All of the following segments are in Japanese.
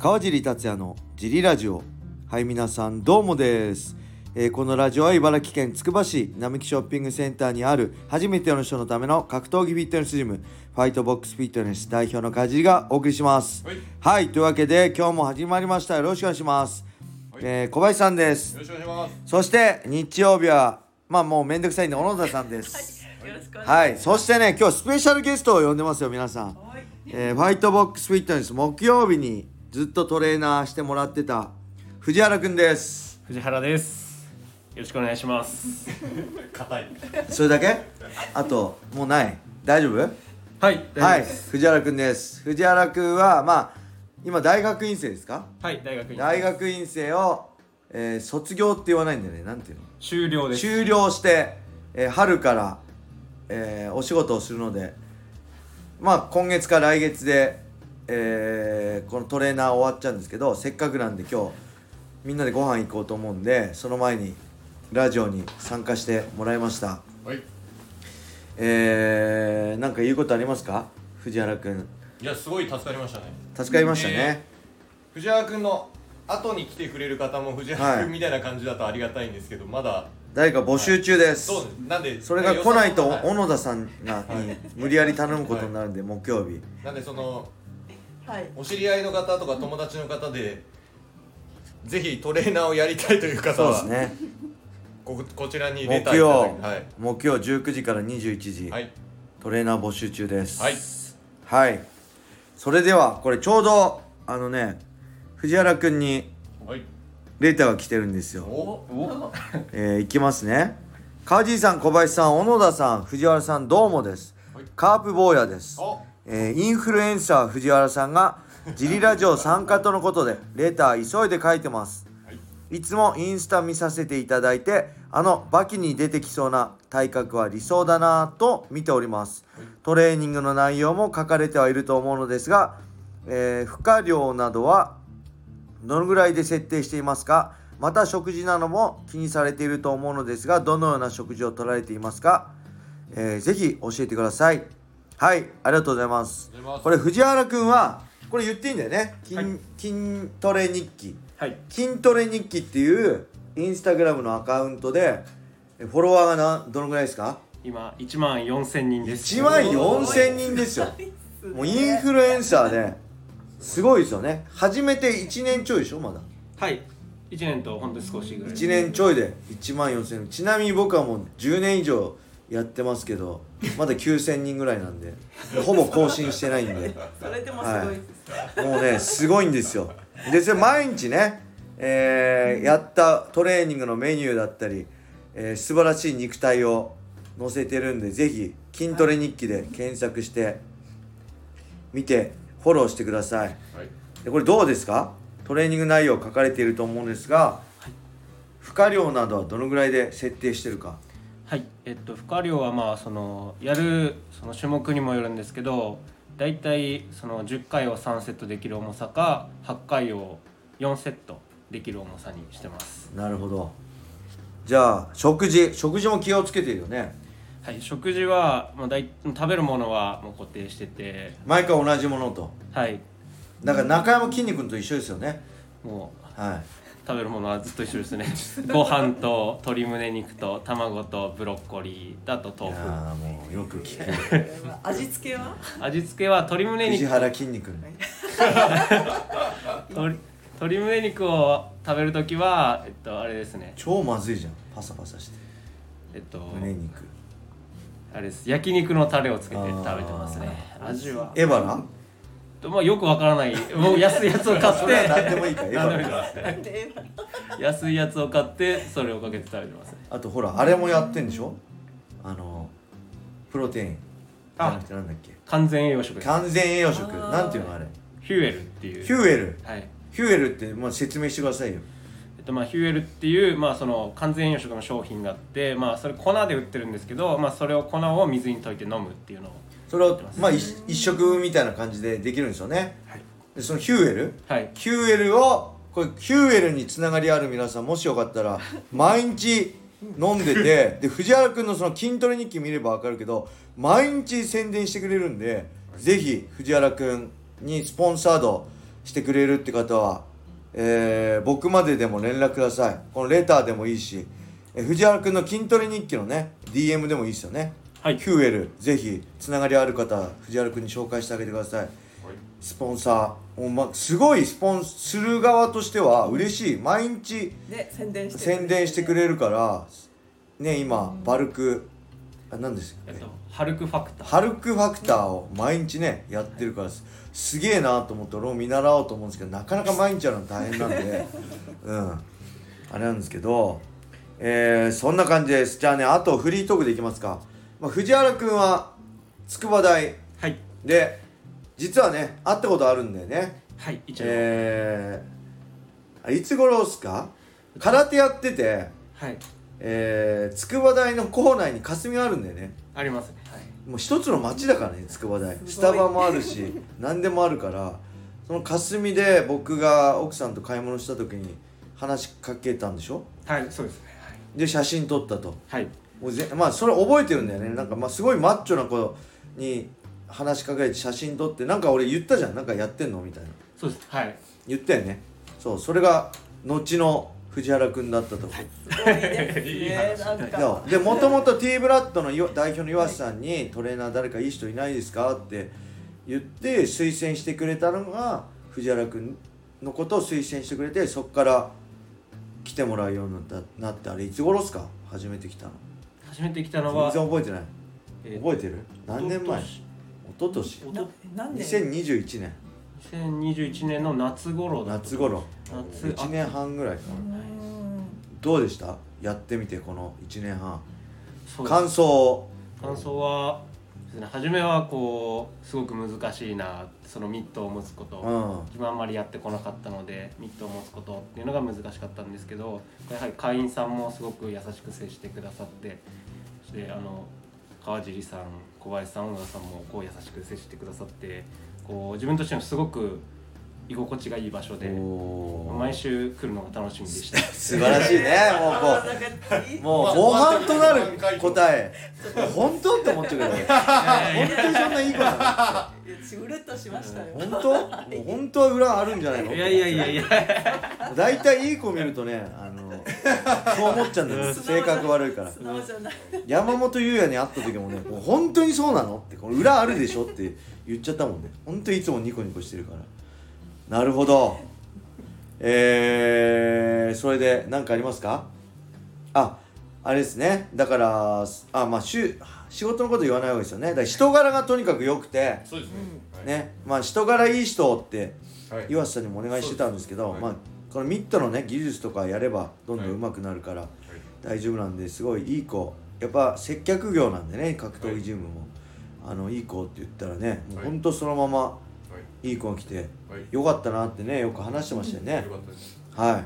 川尻達也のジリラジオ。はい、皆さんどうもです。このラジオは茨城県つくば市並木ショッピングセンターにある初めての人のための格闘技フィットネスジム、ファイトボックスフィットネス代表の川尻がお送りします。はい、というわけで今日も始まりました。よろしくお願いします。小林さんです。 よろしくお願いします。 そして日曜日はもうめんどくさいんで小野田さんです。 よろしくお願いします。 はい、そしてね、今日スペシャルゲストを呼んでますよ皆さん。ファイトボックスフィットネス木曜日にずっとトレーナーしてもらってた藤原くんです。 藤原です。よろしくお願いします。 硬い。 それだけ？あともうない？大丈夫？ はい、 はい、 大丈夫です。 藤原くんです。藤原くんは今大学院生ですか？ はい、大学院。 大学院生を、卒業って言わないんだよね。なんていうの？ 終了です。 修了して、春から、お仕事をするので、今月か来月で、このトレーナー終わっちゃうんですけど、せっかくなんで今日みんなでご飯行こうと思うんで、その前にラジオに参加してもらいました。 はい。 なんか言うことありますか、藤原くん？ いや、すごい助かりましたね。 助かりましたね。 藤原くんの後に来てくれる方も藤原くんみたいな感じだとありがたいんですけど、まだ誰か募集中です。 そうです。なんでそれが来ないと小はい野田さんに無理やり頼むことになるんで、木曜日。 なんではい。 お知り合いの方とか友達の方でぜひトレーナーをやりたいという方そうはですね。 こちらにレターいただき木曜19時から21時、 はい。 トレーナー募集中です。 はい。 はい。それではこれちょうど藤原くんにはい。 レーターが来てるんですよ。 おいきますね。川尻さん、小林さん、小野田さん、藤原さん、どうもです。 はいカープ坊やです。 おインフルエンサー藤原さんがジリラジオ参加とのことでレター急いで書いてます。いつもインスタ見させていただいて、バキに出てきそうな体格は理想だなぁと見ております。トレーニングの内容も書かれてはいると思うのですが、負荷量などはどのぐらいで設定していますか？また食事なども気にされていると思うのですが、どのような食事を取られていますか？ぜひ教えてください。はい、ありがとうございます。これ藤原くんはこれ言っていいんだよね。筋トレ日記、 はい。 筋トレ日記っていうインスタグラムのアカウントでフォロワーがどのぐらいですか？ 今14,000人です。 14,000人ですよ。もうインフルエンサーですごいですよね。始めて1年ちょいでしょ。まだはい。1年とほんと少しぐらい。 1年ちょいで14,000人。ちなみに僕はもう10年以上やってますけど、まだ9,000人ぐらいなんでほぼ更新してないんでそれでもすごいです。 もうね、すごいんですよ。で、それ毎日ね、やったトレーニングのメニューだったり、素晴らしい肉体を載せてるんで、ぜひ筋トレ日記で検索して見てフォローしてください。 はい。 で、これどうですか？トレーニング内容書かれていると思うんですが、負荷量などはどのぐらいで設定してるか？ はい。負荷量はやる種目にもよるんですけど、だいたい10回を3セットできる重さか8回を4セットできる重さにしてます。 なるほど。じゃあ食事も気をつけてるよね。 はい。食事は食べるものはもう固定してて、 毎回同じものと。 はい。 だから中山きんに君と一緒ですよね。 もうはい。 食べるものはずっと一緒ですね。ご飯と鶏胸肉と卵とブロッコリーだと豆腐。 もうよく聞く。 味付けは？ 味付けは鶏胸肉。 藤原きんに君。 鶏胸肉を食べるときはあれですね。 超まずいじゃん。パサパサして。胸肉。 あれです。焼肉のタレをつけて食べてますね。味は。 エバラ？ よくわからない。もう安いやつを買って。 それは何でもいいから。エバ何でもいいラ。 安いやつを買ってそれをかけて食べてますね。 あとほらあれもやってんでしょ？プロテイン。じゃなくてなんだっけ？ 完全栄養食です。 完全栄養食。なんていうのあれ？ ヒューエルっていう。 ヒューエル。 はい。 ヒューエルって説明してくださいよ。 ヒューエルっていう完全栄養食の商品があって、それ粉で売ってるんですけど、それを粉を水に溶いて飲むっていうのを。 それを一食みたいな感じでできるんですよね。 はい。 でそのヒューエル？ はい。 ヒューエルをこれヒューエルにつながりある皆さんもしよかったら毎日飲んでてで藤原くんのその筋トレ日記見れば分かるけど毎日宣伝してくれるんで、ぜひ藤原くんにスポンサードしてくれるって方は、僕まででも連絡ください。このレターでもいいし、藤原くんの筋トレ日記のね DM でもいいですよね。 はい。 キューエルぜひつながりある方藤原くんに紹介してあげてください。スポンサーもう、すごいスポンする側としては嬉しい。毎日ね、宣伝してくれるからね。今バルク何ですか、 ハルクファクター。 ハルクファクターを毎日ねやってるからすげえなと思って俺も見習おうと思うんですけどなかなか毎日やるの大変なんであれなんですけど、そんな感じです。じゃあね、あとフリートークでいきますか。藤原くんは筑波大はいで実はね会ったことあるんだよね。 はい一応、 いつ頃っすか？空手やってて、 はい、 筑波大の校内に霞があるんだよね。 ありますね。はい。 もう一つの町だからね筑波大。スタバもあるし何でもあるから、その霞で僕が奥さんと買い物した時に話しかけたんでしょ。 はい、そうですね。 で写真撮ったと。 はい。 もうまあそれ覚えてるんだよね。なんかすごいマッチョな子に話しかけて写真撮って、なんか俺言ったじゃん、なんかやってんのみたいな。 そうです。はい。 言ったよね。そう、それが後の藤原くんだったと。 すごいですね。なんかでもともと T ブラッドの代表の岩瀬さんに、トレーナー誰かいい人いないですかって言って推薦してくれたのが藤原くんのことを推薦してくれて、そこから来てもらうようになって。あれいつ頃っすか？初めて来たの。 初めて来たのは全然覚えてない。覚えてる？何年前？一昨年。 何年 2021年。 2021年の夏頃だと。 夏頃。 夏 1年半ぐらいかな。どうでした？やってみてこの1年半。 そう感想はですね、初めはこうすごく難しいな、そのミットを持つこと、自分あんまりやってこなかったのでミットを持つことっていうのが難しかったんですけど、やはり会員さんもすごく優しく接してくださって、そして川尻さん、小林さん、小野さんもこう優しく接してくださって、こう自分としてもすごく居心地がいい場所で毎週来るのが楽しみでした。 素晴らしいね。もう防犯となる答え。本当って思っちゃうけど、本当にそんないい子なの？ うるっとしましたよ。 本当？もう本当は裏あるんじゃないの？ いやだいたいいい子見るとね、そう思っちゃうんだよ。性格悪いから。山本優也に会った時もね、もう本当にそうなのってこの裏あるでしょって言っちゃったもんね。本当にいつもニコニコしてるから。なるほど。それで何かありますか？あれですね。だから仕事のこと言わない方がいいですよね。だから人柄がとにかく良くて、 そうですね、人柄いい人ってはい岩瀬さんにもお願いしてたんですけど、 はいこのミットのね技術とかやればどんどん上手くなるから大丈夫なんで、すごいいい子。やっぱ接客業なんでね、格闘技ジムも、いい子って言ったらね、もうほんとそのままいい子が来てよかったなってね、よく話してましたよね。 よかったです。 はい。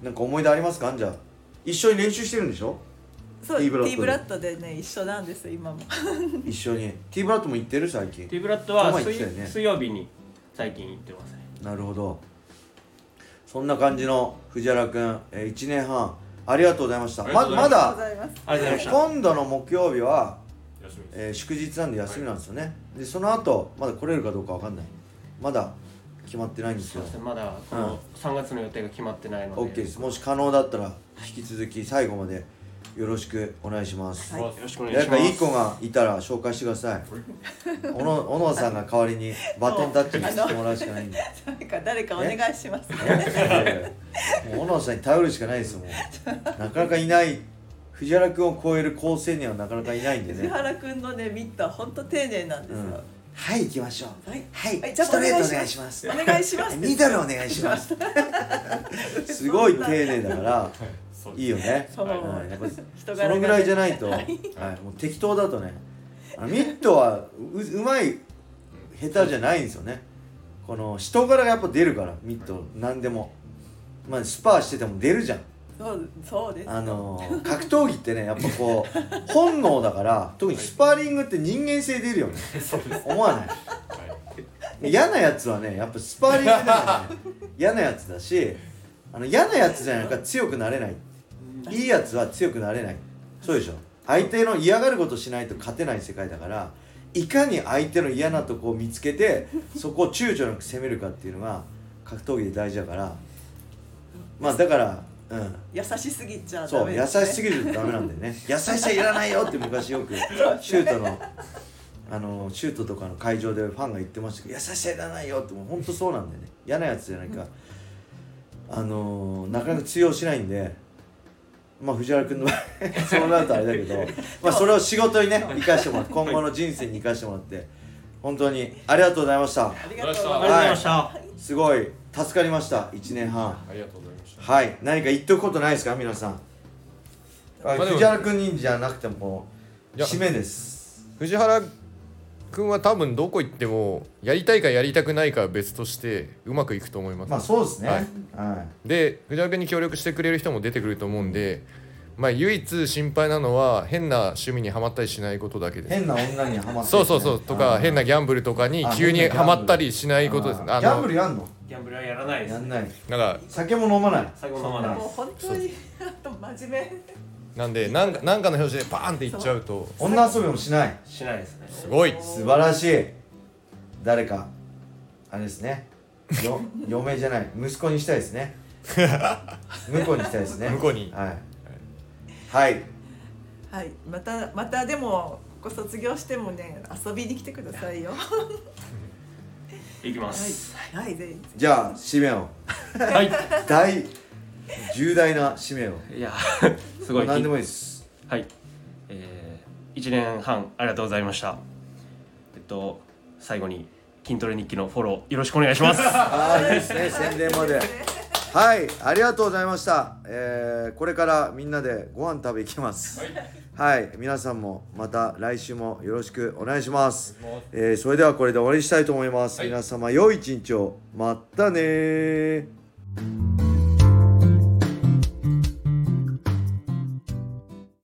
なんか思い出ありますか？じゃあ一緒に練習してるんでしょ？ そう、 T T ブラッドでブラッドでね一緒なんです今も。 一緒に T ブラッドも行ってる最近。 T ブラッドはこの前言ってたよね水曜日に最近行ってますね。 なるほど。そんな感じの藤原くん、1年半ありがとうございました。まありがとうごだざいます。 ありがとうございました。 今度の木曜日は、 休みです。 祝日なんで休みなんですよね。でその後まだ来れるかどうかわかんない。まだ決まってないんですけどそうですね、まだこの3月の予定が決まってないので。 OK です。もし可能だったら引き続き最後までよろしくお願いします。 はいよろしくお願いします。 誰かいい子がいたら紹介してください。小野さんが代わりにバトンタッチにしてもらうしかないんで。 誰かお願いします。 もう小野さんに頼るしかないですもん。なかなかいない。藤原くんを超える構成にはなかなかいないんでね。 藤原くんのねミットは本当丁寧なんですよ。 はい行きましょう。 はいはい、 はいじゃあストレートお願いします。 お願いします。 ミドルお願いします。すごい丁寧だからそうです。 いいよね。 そうはいやっぱ人柄がねそのぐらいじゃないと、はい、もう適当だとね、ミットはうまい下手じゃないんですよね。この人柄がやっぱ出るからミット何でも、スパーしてても出るじゃん。 そうです。 格闘技ってねやっぱこう本能だから、特にスパーリングって人間性出るよね。思わない？嫌なやつはねやっぱスパーリングでもね嫌なやつだし、嫌なやつじゃないから強くなれない。いいやつは強くなれない。そうでしょ。相手の嫌がることしないと勝てない世界だから、いかに相手の嫌なとこを見つけてそこを躊躇なく攻めるかっていうのが格闘技で大事だから、まあだから優しすぎちゃそう、優ダメですね。 しすぎるとダメなんだよね。優しさいらないよって昔よくシュートのシュートとかの会場でファンが言ってましたけど、優しさいらないよって、もう本当そうなんだよね。嫌なやつじゃないか、なかなか通用しないんで、まあ藤原君の場合そうなるとあれだけど、まあそれを仕事にね生かしてもらって、今後の人生に生かしてもらって、本当にありがとうございました。 ありがとうございありがとうます。 ございました。 すごい助かりました。1年半。 ありがとうございました。 はい、何か言っとくことないですか皆さん。 でも藤原君にじゃなくてもいや締めです。 藤原君は多分どこ行ってもやりたいかやりたくないかは別としてうまくいくと思います。 まあそうですね。 はいはで藤原君に協力してくれる人も出てくると思うんで、まあ唯一心配なのは変な趣味にはまったりしないことだけい。 です。 変な女にはまって、 そうそうそうとか変なギャンブルとかに急にはまったりしないことですね。 ギャンブルやんの？ ギャンブルはやらないですやんない。 なんか酒も飲まない。 最後飲まないもう本当に真面目。 なんでなんかの表紙でパーンっていっちゃうと女遊びもしない。 しないですね。 すごい。 素晴らしい。誰かあれですね。嫁じゃない息子にしたいですね。婿にしたいですね。 婿にはいはい。 はい、またでもここ卒業してもね遊びに来てくださいよ。 いきます。 はい、はい、ぜひ。 じゃあ締めをはい。 大重大な締めを。 いやすごい。 何でもいいです。 はい。1年半ありがとうございました。最後に筋トレ日記のフォローよろしくお願いします。 ああいいですね、宣伝まで。はい、ありがとうございました。これからみんなでご飯食べ行きます。はい、皆さんもまた来週もよろしくお願いします。それではこれで終わりにしたいと思います。皆様良い一日を。またねー。